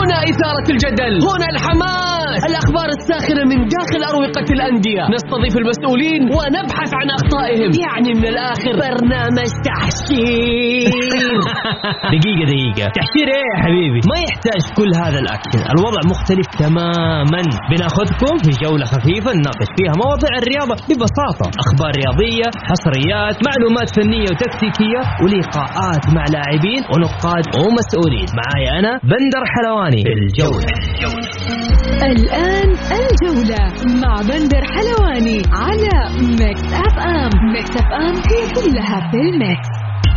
هنا إثارة الجدل، هنا الحماس، الأخبار الساخنة من داخل أروقة الأندية، نستضيف المسؤولين ونبحث عن أخطائهم. يعني من الآخر برنامج تحشير. دقيقة تحشير ايه يا حبيبي؟ ما يحتاج كل هذا الأكشن، الوضع مختلف تماما. بناخذكم في جولة خفيفة نناقش فيها مواضيع الرياضة ببساطة، أخبار رياضية، حصريات، معلومات فنية وتكتيكية، ولقاءات مع لاعبين ونقاد ومسؤولين. معاي أنا بندر حلواني في الجولة. الآن الجولة مع بندر حلواني على ميكس أف أم. ميكس أف أم هي كلها في الميكس.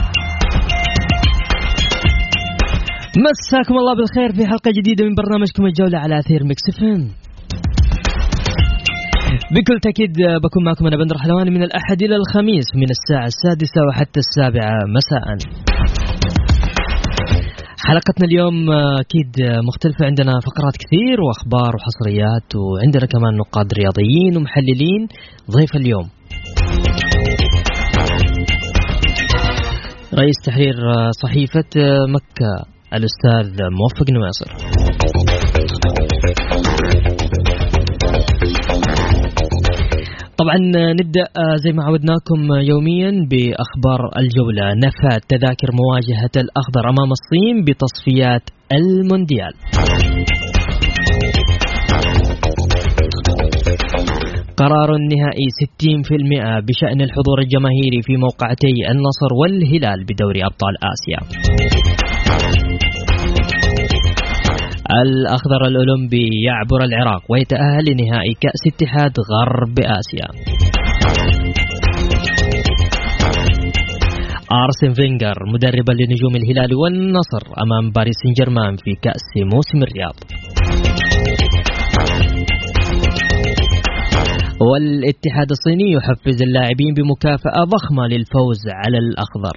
مساكم الله بالخير في حلقة جديدة من برنامجكم الجولة على أثير ميكس أف أم. بكل تأكيد بكون معكم أنا بندر حلواني من الأحد إلى الخميس من الساعة 6 وحتى 7 مساء. حلقتنا اليوم أكيد مختلفة، عندنا فقرات كثير وأخبار وحصريات، وعندنا كمان نقاد رياضيين ومحللين. ضيف اليوم رئيس تحرير صحيفة مكة الأستاذ موفق نواصر. طبعا نبدأ زي ما عودناكم يوميا بأخبار الجولة. نفت تذاكر مواجهة الأخضر أمام الصين بتصفيات المونديال. قرار نهائي 60% بشأن الحضور الجماهيري في موقعتي النصر والهلال بدوري أبطال آسيا. الأخضر الأولمبي يعبر العراق ويتأهل لنهائي كأس اتحاد غرب آسيا. أرسن فينجر مدربا لنجوم الهلال والنصر أمام باريس سان جيرمان في كأس موسم الرياض. والاتحاد الصيني يحفز اللاعبين بمكافأة ضخمة للفوز على الأخضر.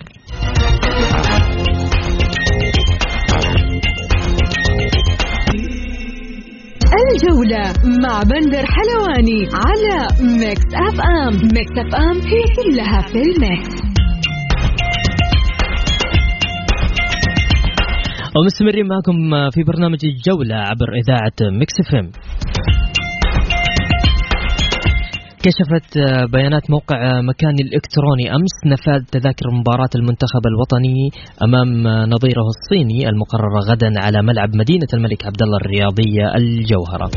الجولة مع بندر حلواني على ميكس أف أم. ميكس أف أم هي كلها في الميكس. ومستمرين معكم في برنامج الجولة عبر إذاعة ميكس أف أم. كشفت بيانات موقع مكان الإلكتروني أمس نفاذ تذاكر مباراة المنتخب الوطني أمام نظيره الصيني المقررة غدا على ملعب مدينة الملك عبدالله الرياضية الجوهرة.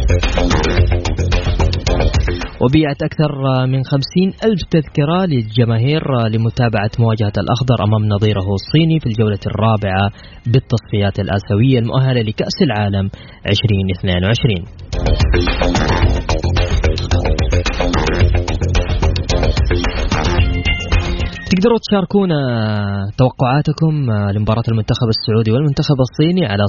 وبيعت أكثر من 50,000 تذكرة للجماهير لمتابعة مواجهة الأخضر أمام نظيره الصيني في الجولة الرابعة بالتصفيات الآسيوية المؤهلة لكأس العالم 2022. تقدروا تشاركونا توقعاتكم لمباراة المنتخب السعودي والمنتخب الصيني على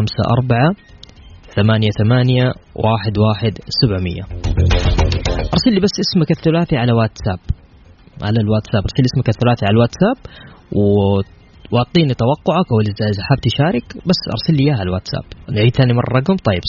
054-88-11700. أرسل لي بس اسمك الثلاثي على واتساب، على الواتساب أرسل لي اسمك الثلاثي على الواتساب واعطيني توقعك، أو إذا حاب تشارك بس أرسل لي إياها على الواتساب. نعيد ثاني مرة الرقم. طيب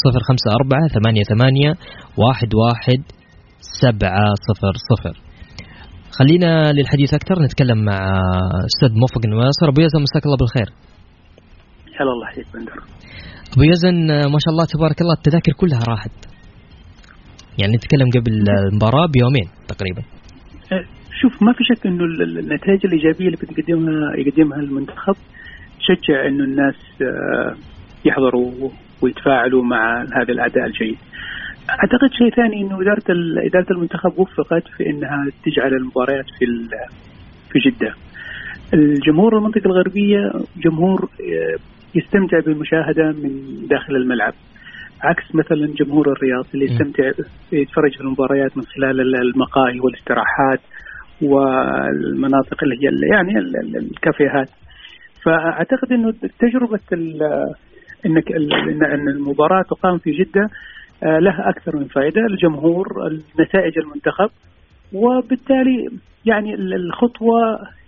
054-88-11700. خلينا للحديث أكثر نتكلم مع أستاذ موفق نواصر. أبو يزن مساك الله بالخير. هلا الله يحييك بندر. أبو يزن ما شاء الله تبارك الله التذاكر كلها راحت، يعني نتكلم قبل المباراة بيومين تقريبا. شوف ما في شك إنه النتائج الإيجابية اللي يقدمها المنتخب تشجع إنه الناس يحضروا ويتفاعلوا مع هذا الأداء الجيد. أعتقد شيء ثاني إنه إدارة المنتخب وفقت في إنها تجعل المباريات في جدة. الجمهور المنطقة الغربية جمهور يستمتع بالمشاهدة من داخل الملعب، عكس مثلا جمهور الرياض اللي يستمتع يتفرج في المباريات من خلال المقاهي والاستراحات والمناطق اللي هي يعني الكافيهات. فأعتقد إنه تجربة إن المباراة تقام في جدة لها أكثر من فائدة للجمهور، نتائج المنتخب، وبالتالي يعني الخطوة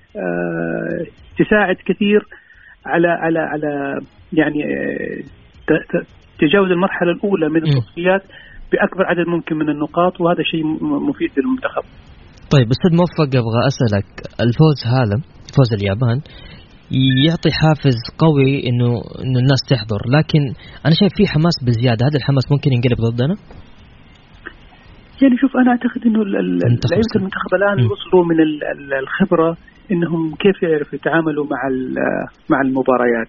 تساعد كثير على يعني تجاوز المرحلة الأولى من التصفيات بأكبر عدد ممكن من النقاط، وهذا شيء مفيد للمنتخب. طيب أستاذ موفق، أبغى أسألك، الفوز هذا فوز اليابان يعطي حافز قوي إنه الناس تحضر، لكن أنا شايف فيه حماس بزيادة. هذا الحماس ممكن ينقلب ضدنا. يعني شوف أنا أعتقد إنه لعيبة المنتخب الآن وصلوا من الخبرة إنهم كيف يعرفوا يتعاملوا مع المباريات.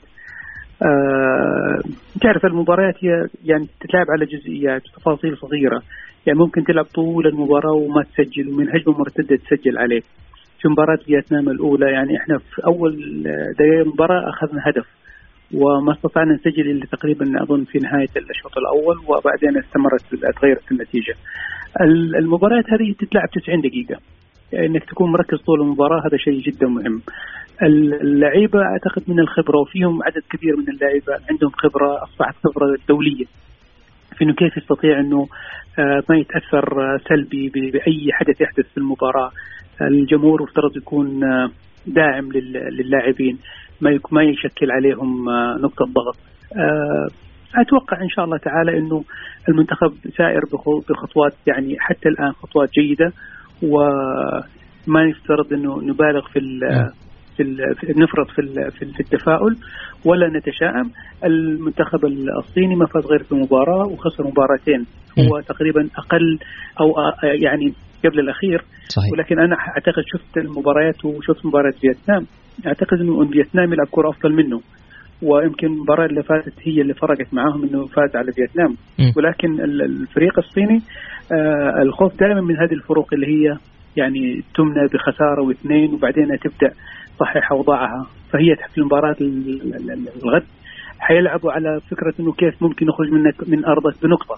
تعرف المباريات هي يعني تتلعب على جزئيات تفاصيل صغيرة، يعني ممكن تلعب طول المباراة وما تسجل، ومن هجمة مرتدة تسجل عليك. في مباراة فيتنام الأولى يعني إحنا في أول دقائق المباراة أخذنا هدف وما استطعنا نسجل إلا تقريبا أظن في نهاية الشوط الأول، وبعدين تغيرت النتيجة. المباريات هذه تتلعب 90 دقيقة، يعني إنك تكون مركز طول المباراة هذا شيء جدا مهم. اللعيبة أعتقد من الخبرة، وفيهم عدد كبير من اللعيبة عندهم خبرة أصبحت خبرة دولية في إنه كيف يستطيع إنه ما يتأثر سلبي بأي حدث يحدث في المباراة. الجمهور افترض يكون داعم للاعبين، ما يشكل عليهم نقطة ضغط. أتوقع إن شاء الله تعالى إنه المنتخب سائر بخطوات يعني حتى الآن خطوات جيدة، وما يفترض إنه نبالغ نفرط في التفاؤل ولا نتشائم. المنتخب الصيني ما فاز غير في مباراة وخسر مباراتين، هو تقريبا أقل أو يعني قبل الأخير. صحيح. ولكن أنا أعتقد شفت المباريات وشفت مباراة فيتنام، أعتقد إنه فيتنام يلعب كرة أفضل منه، ويمكن المباراة اللي فاتت هي اللي فرقت معاهم إنه فاز على فيتنام. ولكن الفريق الصيني الخوف دائما من هذه الفروق اللي هي يعني تمنى بخسارة واثنين وبعدين تبدأ تصحح أوضاعها. فهي في المباراة الغد حيلعبوا على فكرة إنه كيف ممكن نخرج من أرضك بنقطة،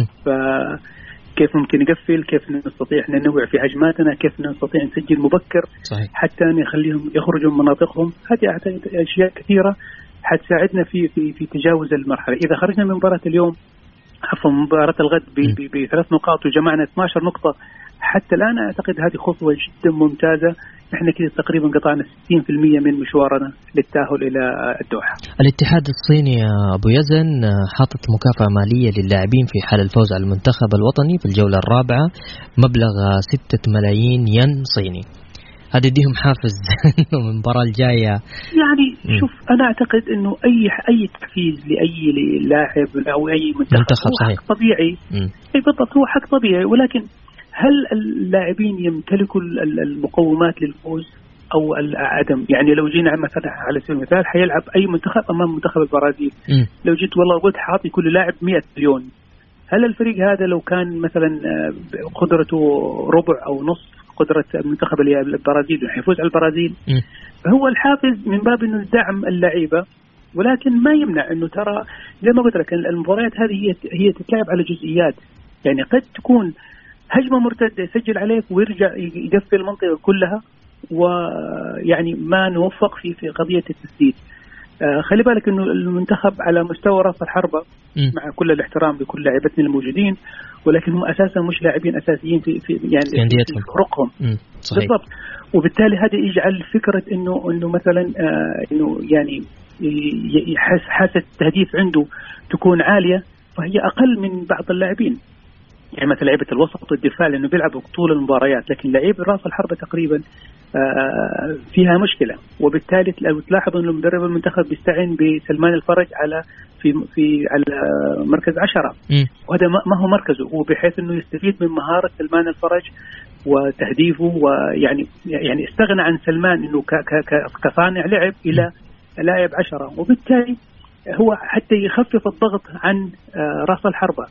فكيف ممكن نقفل، كيف نستطيع ننوع في هجماتنا، كيف نستطيع نسجل مبكر. صحيح. حتى نخليهم يخرجوا من مناطقهم. هذه أعتقد أشياء كثيرة حتساعدنا في تجاوز المرحلة. إذا خرجنا من مباراة اليوم مباراة الغد ب3 نقاط وجمعنا 12 نقطة حتى الآن، أعتقد هذه خطوة جدا ممتازة. نحن كده تقريبا قطعنا 60% من مشوارنا للتأهل إلى الدوحة. الاتحاد الصيني يا أبو يزن حاطط مكافأة مالية للاعبين في حال الفوز على المنتخب الوطني في الجولة الرابعة مبلغ 6 ملايين ين صيني. هذا يديهم حافز من المباراة الجاية. يعني شوف أنا أعتقد إنه أي تحفيز لأي لاعب أو أي منتخب هو حق طبيعي. أي بالضبط هو حق طبيعي، ولكن هل اللاعبين يمتلكوا المقومات للفوز أو عدم؟ يعني لو جينا مثلا على سبيل المثال حيلعب أي منتخب أمام منتخب البرازيل، لو جيت والله قلت حاطي كل لاعب 100 مليون، هل الفريق هذا لو كان مثلا قدرته ربع أو نصف قدرة المنتخب البرازيل حيفوز على البرازيل؟ هو الحافز من باب إنه دعم اللعيبة، ولكن ما يمنع إنه ترى زي ما قلت لك المباريات هذه هي تتلعب على جزئيات. يعني قد تكون هجمة مرتدة يسجل عليك ويرجع يقفل المنطقة كلها، ويعني ما نوفق في قضية التسديد. خلي بالك إنه المنتخب على مستوى رأس الحربة مع كل الاحترام لكل لاعبتنا الموجودين، ولكن هم أساسا مش لاعبين أساسيين في يعني في فرقهم. بالضبط. وبالتالي هذا يجعل فكرة إنه مثلا إنه يعني حاسة التهديف عنده تكون عالية، فهي أقل من بعض اللاعبين. يعني مثل لعيبة الوسط والدفاع لأنه بيلعبوا طول المباريات، لكن لعيب رأس الحربة تقريبا فيها مشكلة. وبالتالي لو تلاحظ أن مدرب المنتخب بيستعين بسلمان الفرج على مركز 10، وهذا ما هو مركزه، هو بحيث أنه يستفيد من مهارة سلمان الفرج وتهديفه، ويعني استغنى عن سلمان أنه كصانع لعب إلى لاعب 10، وبالتالي هو حتى يخفف الضغط عن رأس الحربة.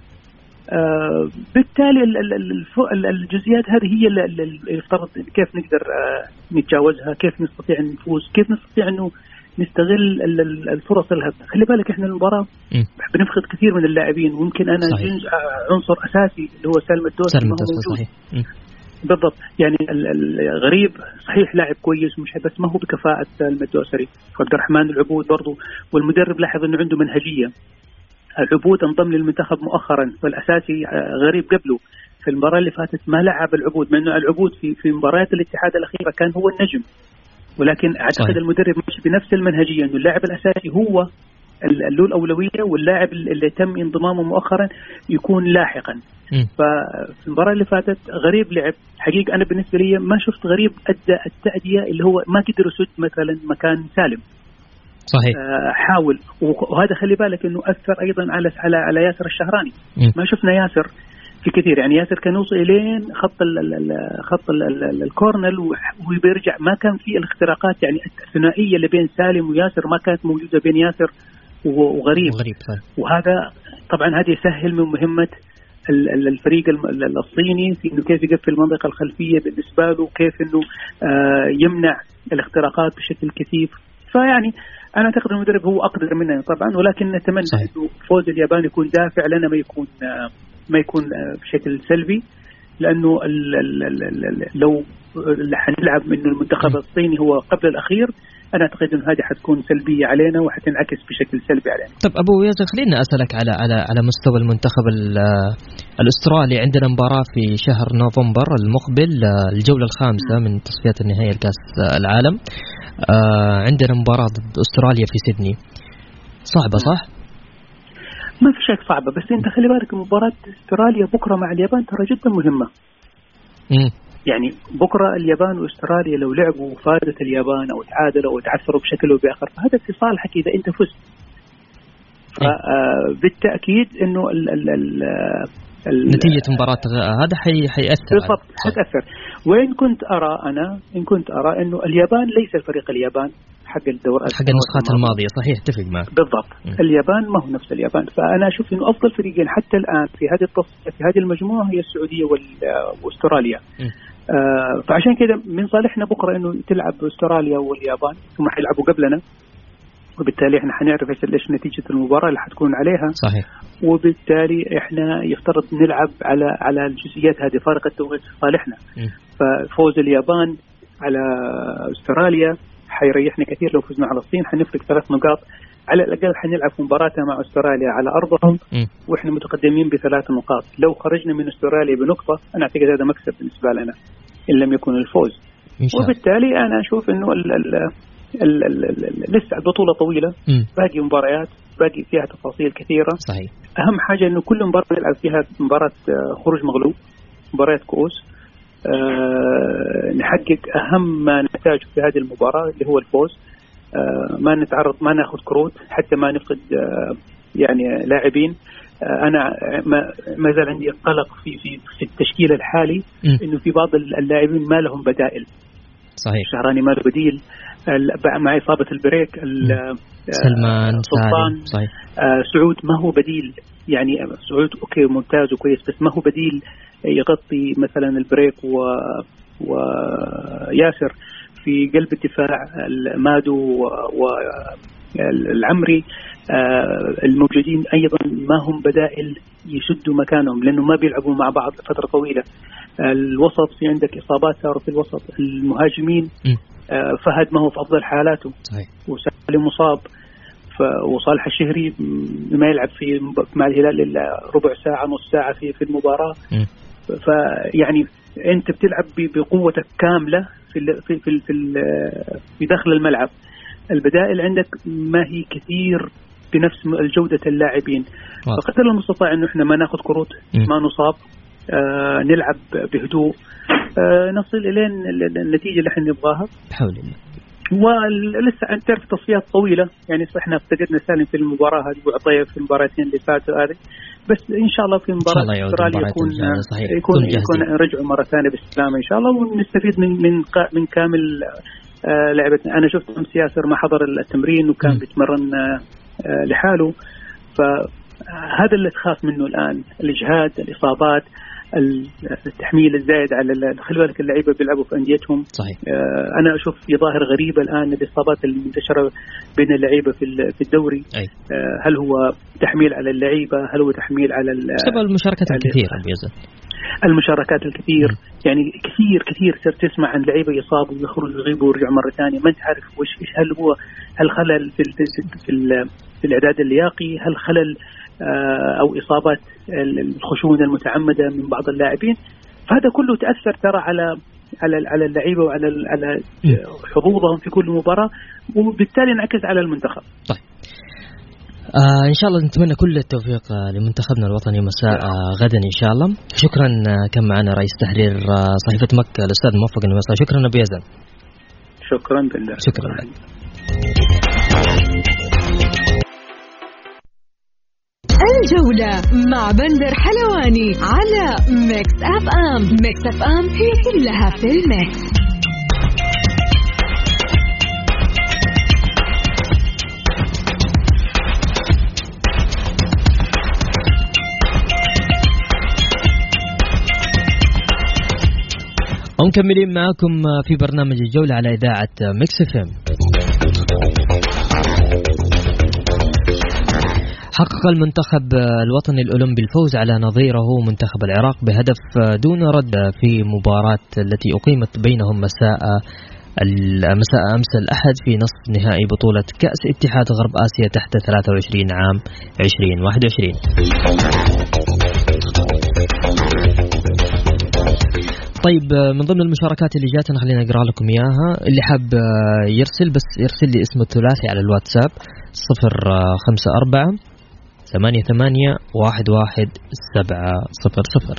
بالتالي الجزئيات هذه هي اللي يفترض كيف نقدر نتجاوزها، كيف نستطيع نفوز، كيف نستطيع انه نستغل الفرص الهدف. خلي بالك احنا المباراة بنفقد كثير من اللاعبين، وممكن انا عنصر اساسي اللي هو سالم الدوسري. بالضبط. يعني الغريب صحيح لاعب كويس مش بس ما هو بكفاءة سالم الدوسري، وعبد الرحمن العبود برضو، والمدرب لاحظ انه عنده منهجية. العبود انضم للمنتخب مؤخرا، والأساسي غريب قبله. في المباراة اللي فاتت ما لعب العبود، مع أنه العبود في مباريات الاتحاد الأخيرة كان هو النجم، ولكن أعتقد المدرب ماشي بنفس المنهجية، أنه اللاعب الأساسي هو له الأولوية، واللاعب اللي تم انضمامه مؤخرا يكون لاحقا. ففي المباراة اللي فاتت غريب لعب حقيقة. أنا بالنسبة لي ما شفت غريب أدى التأدية اللي هو ما قدر يسد مثلا مكان سالم. صحيح. حاول، وهذا خلي بالك انه اثر ايضا على ياسر الشهراني. ما شفنا ياسر في كثير، يعني ياسر كان يوصل الين خط الكورنل وبيرجع، ما كان في الاختراقات، يعني الثنائيه اللي بين سالم وياسر ما كانت موجوده بين ياسر وغريب. وهذا طبعا هذا يسهل من مهمه الفريق الصيني في انه كيف يقفل المنطقه الخلفيه بالنسبه له، كيف انه يمنع الاختراقات بشكل كثيف. فيعني انا اعتقد المدرب هو اقدر مننا طبعا، ولكن نتمنى انه فوز اليابان يكون دافع لنا، ما يكون بشكل سلبي، لانه لو حنلعب من المنتخب الصيني هو قبل الاخير، أنا أعتقد أن هذه حتكون سلبية علينا وحتنعكس بشكل سلبي علينا. طب أبو ياسر، خلينا أسألك على مستوى المنتخب الأسترالي. عندنا مباراة في شهر نوفمبر المقبل، الجولة الخامسة من تصفيات النهائية لكأس العالم. عندنا مباراة ضد أستراليا في سيدني. صعبة صح؟ ما في شك صعبة، بس أنت خلي بالك مباراة أستراليا بكرة مع اليابان ترى جدا مهمة. يعني بكرة اليابان وأستراليا لو لعبوا وفازت اليابان أو تعادلوا أو تعثروا بشكل أو بآخر، فهذا في صالحك إذا أنت فزت. فبالتأكيد إنه نتيجة مباراة هذا حيأثر بالضبط، حتأثر. وإن كنت أرى إنه اليابان ليس الفريق اليابان حق الدورة، حق النسخات الماضية. صحيح، اتفق معك بالضبط. اليابان ما هو نفس اليابان، فأنا أشوف إنه أفضل فريقين حتى الآن في هذه التصفية في هذه المجموعة هي السعودية وأستراليا. فعشان كده من صالحنا بكرة إنه تلعب أستراليا واليابان، ثم حيلعبوا قبلنا، وبالتالي احنا حنعرف ايش نتيجة المباراة اللي حتكون عليها. صحيح. وبالتالي احنا يفترض نلعب على الجزئيات هذه، فارق التوقيت في صالحنا. ففوز اليابان على أستراليا حيريحنا كثير. لو فزنا على الصين حنفرق 3 نقاط على الأقل. حنلعب مباراتها مع أستراليا على أرضهم وإحنا متقدمين ب3 نقاط. لو خرجنا من أستراليا بنقطة أنا أعتقد هذا مكسب بالنسبة لنا إن لم يكن الفوز. وبالتالي أنا أشوف إنه لسه البطولة طويلة، باقي مباريات، باقي فيها تفاصيل كثيرة. صحيح. أهم حاجة إنه كل مباراة نلعب فيها مباراة خروج مغلوب، مباراة كؤوس، نحقق أهم ما نحتاج في هذه المباراة اللي هو الفوز. ما ناخذ كروت، حتى ما نفقد يعني لاعبين. أنا ما زال عندي قلق في التشكيل الحالي، إنه في بعض اللاعبين ما لهم بدائل. صحيح. شهراني ما له بديل، مع إصابة البريك سلمان سلطان. صحيح. سعود ما هو بديل، يعني سعود أوكي ممتاز وكويس، بس ما هو بديل يغطي مثلا البريك وياسر. في قلب الدفاع مادو والعمري الموجودين أيضا ما هم بدائل يشدوا مكانهم، لأنه ما بيلعبوا مع بعض فترة طويلة. الوسط في عندك إصابات صاروا في الوسط. المهاجمين فهد ما هو في أفضل حالاته، وسالم مصاب، وصالح الشهري ما يلعب مع الهلال إلا ربع ساعة نص ساعة في المباراة. فيعني أنت بتلعب بقوتك كاملة في داخل الملعب. البدائل عندك ما هي كثير بنفس الجودة اللاعبين. فقدر المستطاع إنه إحنا ما ناخذ كروت، ما نصاب، نلعب بهدوء، نصل إلين النتيجة اللي إحنا نبغاها بحول الله. ولسه أنت تعرف تصفيات طويلة، يعني إحنا افتقدنا سالم في المباراة هذه وعطية في المباراتين اللي فاتوا هذه، بس إن شاء الله في مباراة أستراليا يكون رجعوا مرة ثانية بالسلامة إن شاء الله، ونستفيد من كامل لعبتنا. أنا شفت أمس ياسر ما حضر التمرين وكان بيتمرن لحاله، فهذا اللي تخاف منه الآن، الإجهاد، الإصابات، التحميل الزائد على خلي بالك اللعيبه بيلعبوا في انديتهم. صحيح. انا اشوف في ظاهره غريبه الان الاصابات المنتشره بين اللعيبه في الدوري. هل هو تحميل على اللعيبه؟ هل هو تحميل على بسبب المشاركات الكثيره بيزن المشاركات الكثير؟ يعني كثير صرت تسمع عن لعيبه يصابوا ويخرجوا ويغيبوا ويرجعوا مره ثانيه، ما انت عارف ايش هل خلل في الاعداد اللياقي، هل خلل أو إصابات الخشونة المتعمدة من بعض اللاعبين. فهذا كله تأثر ترى على اللعيبة وعلى حظوظهم في كل مباراة، وبالتالي انعكس على المنتخب. طيب إن شاء الله نتمنى كل التوفيق لمنتخبنا الوطني مساء غدا إن شاء الله. شكرا. كان معنا رئيس تحرير صحيفة مكة الأستاذ موفق النميصة. شكرا أبو يزن. شكرا بالله. شكرا لك. الجولة مع بندر حلواني على ميكس اف ام. ميكس اف ام هي كلها في الميكس. ومكملين معكم في برنامج الجولة على إذاعة ميكس اف ام. حقق المنتخب الوطني الأولمبي الفوز على نظيره منتخب العراق بهدف دون رد في مباراة التي أقيمت بينهم مساء أمس الأحد في نصف نهائي بطولة كأس اتحاد غرب آسيا تحت 23 عام 2021. طيب من ضمن المشاركات اللي جاتنا خلينا نقرأ لكم إياها. اللي حاب يرسل بس يرسل لي اسمه الثلاثي على الواتساب 054 88 11700.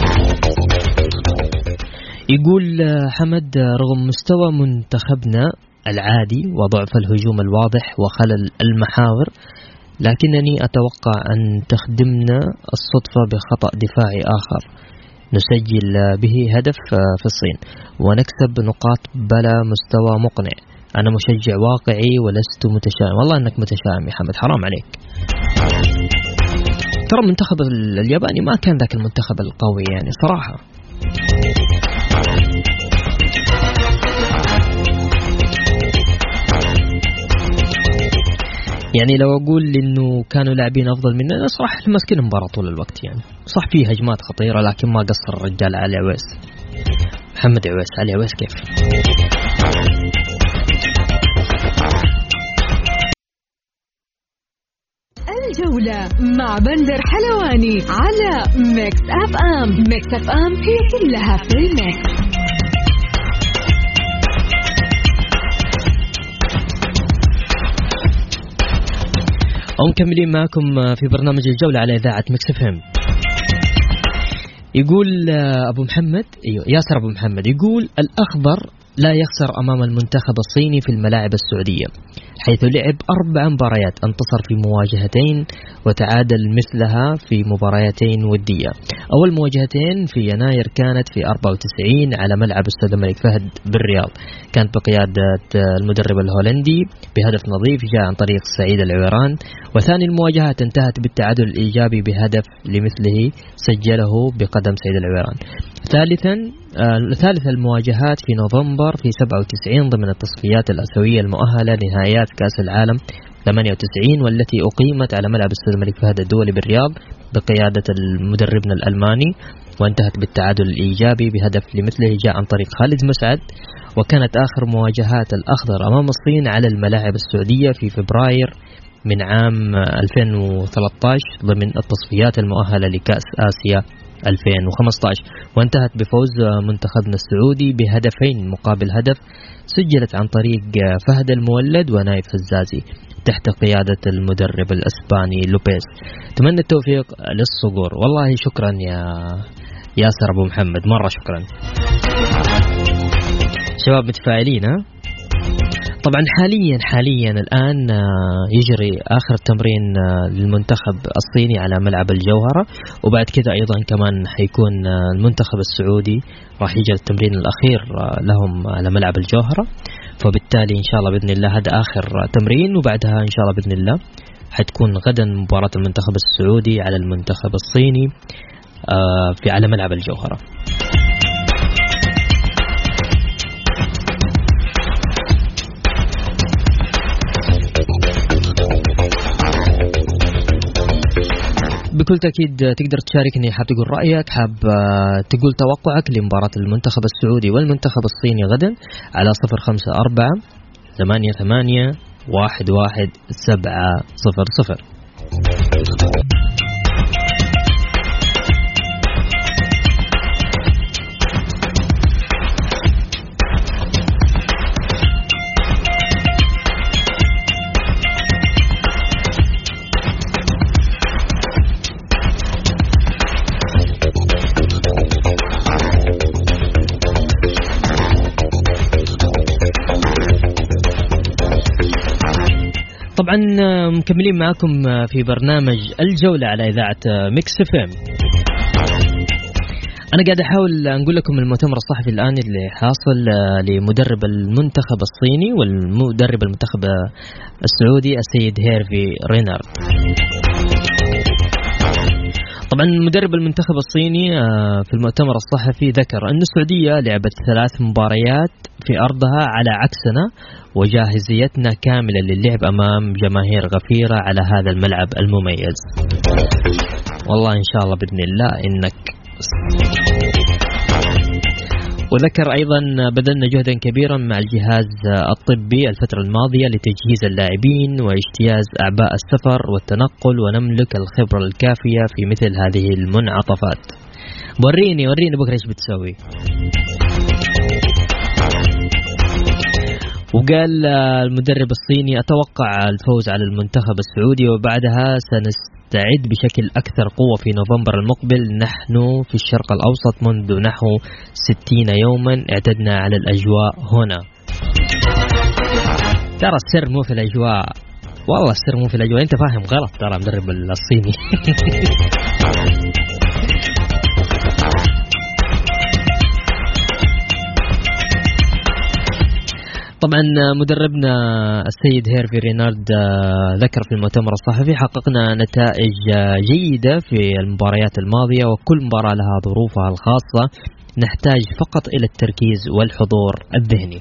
يقول حمد رغم مستوى منتخبنا العادي وضعف الهجوم الواضح وخلل المحاور لكنني أتوقع أن تخدمنا الصدفة بخطأ دفاعي آخر نسجل به هدف في الصين ونكسب نقاط بلا مستوى مقنع. أنا مشجع واقعي ولست متشائم. والله أنك متشائم يا حمد، حرام عليك. ترى المنتخب الياباني ما كان ذاك المنتخب القوي يعني صراحة. يعني لو أقول إنه كانوا لاعبين أفضل مننا صراحة ماسكين المباراة طول الوقت يعني. صح فيه هجمات خطيرة لكن ما قصر الرجال علي عويس، محمد عويس، علي عويس كيف. الجولة مع بندر حلواني على ميكس اف ام. ميكس اف ام هي كلها في الميكس. ومكملين معكم في برنامج الجولة على إذاعة ميكس اف ام. يقول أبو محمد، ياسر أبو محمد، يقول الأخضر لا يخسر أمام المنتخب الصيني في الملاعب السعودية حيث لعب 4 مباريات، انتصر في مواجهتين وتعادل مثلها في مباريتين ودية. أول مواجهتين في يناير كانت في 94 على ملعب استاد الملك فهد بالرياض، كانت بقيادة المدرب الهولندي بهدف نظيف جاء عن طريق سعيد العويران. وثاني المواجهات انتهت بالتعادل الإيجابي بهدف لمثله سجله بقدم سعيد العويران. ثالث المواجهات في نوفمبر في 97 ضمن التصفيات الآسيوية المؤهلة لنهائيات كأس العالم 98 والتي أقيمت على ملعب استاد الملك فهد الدولي بالرياض بقيادة المدربنا الألماني وانتهت بالتعادل الإيجابي بهدف لمثله جاء عن طريق خالد مسعد. وكانت آخر مواجهات الأخضر أمام الصين على الملاعب السعودية في فبراير من عام 2013 ضمن التصفيات المؤهلة لكأس آسيا 2015 وانتهت بفوز منتخبنا السعودي بهدفين مقابل هدف سجلت عن طريق فهد المولد ونايف الزازي تحت قيادة المدرب الأسباني لوبيز. أتمنى التوفيق للصقور. والله شكرا يا ياسر أبو محمد، مرة شكرا. شباب متفاعلين ها؟ طبعا حاليا الآن يجري آخر تمرين للمنتخب الصيني على ملعب الجوهرة، وبعد كذا أيضا كمان حيكون المنتخب السعودي راح يجري التمرين الأخير لهم على ملعب الجوهرة. فبالتالي إن شاء الله بإذن الله هذا آخر تمرين، وبعدها إن شاء الله بإذن الله حتكون غدا مباراة المنتخب السعودي على المنتخب الصيني في على ملعب الجوهرة. بكل تأكيد تقدر تشاركني، حاب تقول رأيك، حاب تقول توقعك لمباراة المنتخب السعودي والمنتخب الصيني غدا على 054 88 11700. طبعا مكملين معكم في برنامج الجولة على إذاعة ميكس اف ام. أنا قاعد أحاول نقول لكم المؤتمر الصحفي الآن اللي حاصل لمدرب المنتخب الصيني والمدرب المنتخب السعودي السيد هيرفي رينارد. طبعا مدرب المنتخب الصيني في المؤتمر الصحفي ذكر أن السعودية لعبت 3 مباريات في أرضها على عكسنا، وجاهزيتنا كاملة للعب أمام جماهير غفيرة على هذا الملعب المميز. والله إن شاء الله بإذن الله إنك. وذكر أيضا بذلنا جهدا كبيرا مع الجهاز الطبي الفترة الماضية لتجهيز اللاعبين واجتياز أعباء السفر والتنقل، ونملك الخبرة الكافية في مثل هذه المنعطفات. وريني بكرة إيش بتسوي. وقال المدرب الصيني أتوقع الفوز على المنتخب السعودي، وبعدها سنستعد بشكل أكثر قوة في نوفمبر المقبل. نحن في الشرق الأوسط منذ نحو 60 يوما اعتدنا على الأجواء هنا. ترى السر مو في الأجواء، والله السر مو في الأجواء، أنت فاهم غلط ترى مدرب الصيني. طبعا مدربنا السيد هيرفي رينارد ذكر في المؤتمر الصحفي حققنا نتائج جيدة في المباريات الماضية، وكل مباراة لها ظروفها الخاصة، نحتاج فقط إلى التركيز والحضور الذهني.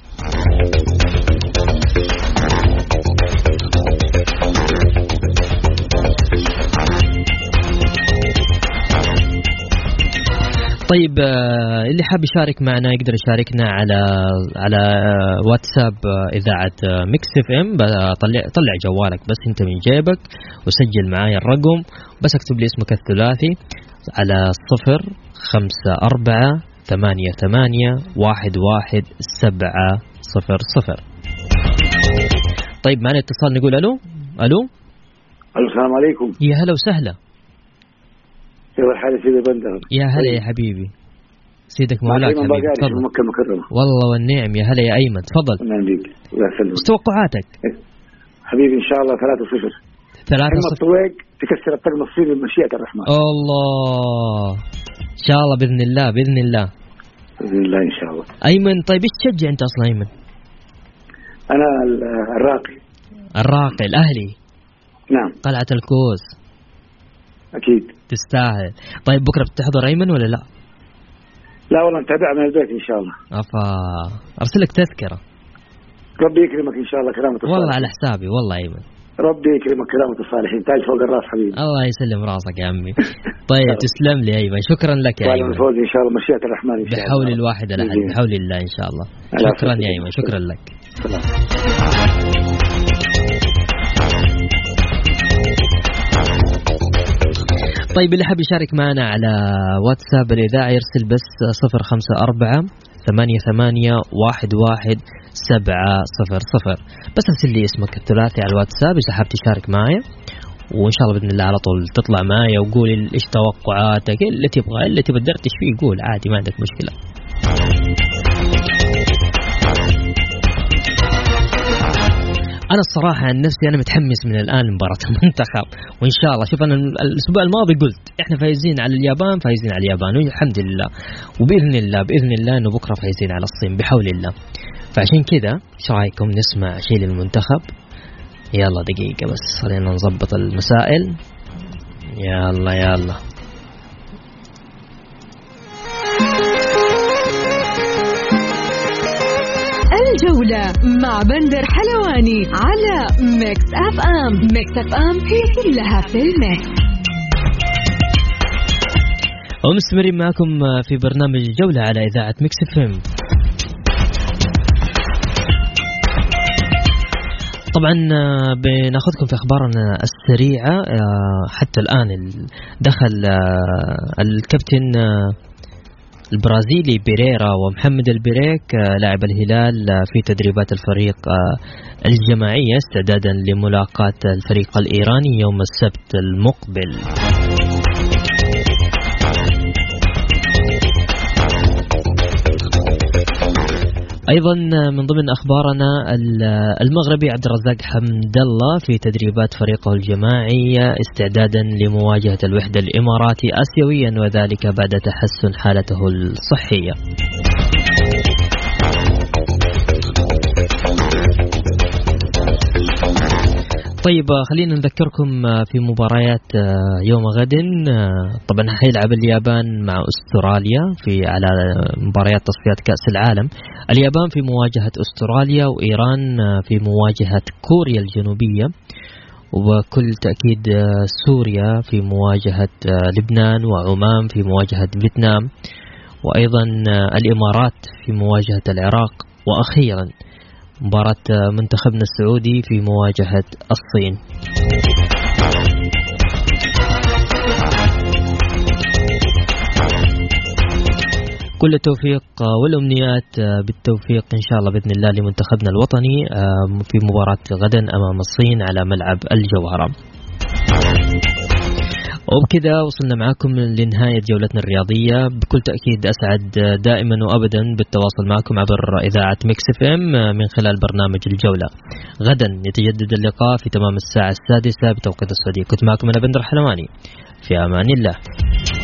طيب اللي حاب يشارك معنا يقدر يشاركنا على واتساب إذاعة ميكس اف ام. طلع جوالك بس انت من جيبك وسجل معايا الرقم، بس اكتب لي اسمك الثلاثي على 0548811700. طيب معنا اتصال، نقول الو. السلام عليكم. يا هلا وسهلا. كيف الحال سيدي بندر؟ يا هلا يا حبيبي، سيدك مولاك حبيبي. تفضل. مكة المكرمة. والله والنعم. يا هلا يا أيمن، تفضل. نعم بيك، الله يسلمك. ايش توقعاتك؟ حبيبي إن شاء الله 3-0. 3-0. الطويق تكسر الطقم الصيني بمشيئة الرحمن. الله إن شاء الله بإذن الله بإذن الله بإذن الله إن شاء الله. أيمن طيب إيش تشجع أنت أصلا أيمن؟ أنا الراقي الأهلي. نعم. قلعة الكوز. أكيد تستاهل. طيب بكرة بتحضر أيمن ولا لا؟ لا والله نتابع من البيت إن شاء الله. أرسلك تذكرة. ربي يكرمك إن شاء الله كرامة الصالحين. والله على حسابي والله أيمن. ربي يكرمك كرامة الصالحين، تاج فوق الراس حبيبي. الله يسلم راسك يا عمي. طيب تسلم لي أيمن، شكرا لك يا أيمن. الفوز إن شاء الله مشيئة الرحمن إن شاء الله. بحول الواحد الأحد، بحول الله إن شاء الله. شكرا يا أيمن، شكرا لك. سلام. طيب اللي حاب يشارك معنا على واتساب الإذاعة يرسل بس 0548811700. بس ارسل لي اسمك الثلاثي على الواتساب إذا حاب تشارك معايا، وإن شاء الله بإذن الله على طول تطلع معايا وقول إيش توقعاتك، اللي تبغى تدردش فيه قول عادي، ما عندك مشكلة. أنا الصراحة عن نفسي أنا متحمس من الآن لمباراة المنتخب، وإن شاء الله شوف أنا الأسبوع الماضي قلت إحنا فايزين على اليابان، والحمد لله، وبإذن الله إنه بكرة فايزين على الصين بحول الله. فعشان كذا إيش رأيكم نسمع شيء للمنتخب؟ يلا دقيقة بس خلينا نضبط المسائل. يلا الجولة مع بندر حلواني على ميكس اف ام. ميكس اف ام هي كلها في الميكس. ومستمرين معكم في برنامج جولة على إذاعة ميكس اف ام. طبعا بناخذكم في أخبارنا السريعة. حتى الآن دخل الكابتن البرازيلي بيريرا ومحمد البريك لاعب الهلال في تدريبات الفريق الجماعية استعدادا لملاقاة الفريق الإيراني يوم السبت المقبل. أيضا من ضمن أخبارنا المغربي عبد الرزاق حمد الله في تدريبات فريقه الجماعي استعدادا لمواجهة الوحدة الإماراتي آسيويا، وذلك بعد تحسن حالته الصحية. طيب خلينا نذكركم في مباريات يوم غد. طبعا حيلعب اليابان مع أستراليا على مباريات تصفيات كأس العالم. اليابان في مواجهة أستراليا، وإيران في مواجهة كوريا الجنوبية، وكل تأكيد سوريا في مواجهة لبنان، وعمان في مواجهة فيتنام، وأيضا الإمارات في مواجهة العراق، وأخيرا مباراة منتخبنا السعودي في مواجهة الصين. كل التوفيق والأمنيات بالتوفيق إن شاء الله بإذن الله لمنتخبنا الوطني في مباراة غدا أمام الصين على ملعب الجوهرة. وبكذا وصلنا معكم لنهاية جولتنا الرياضية. بكل تأكيد أسعد دائما وأبدا بالتواصل معكم عبر إذاعة ميكس اف ام من خلال برنامج الجولة. غدا يتجدد اللقاء في تمام الساعة 6 بتوقيت السعودية. كنت معكم أنا بندر حلواني، في أمان الله.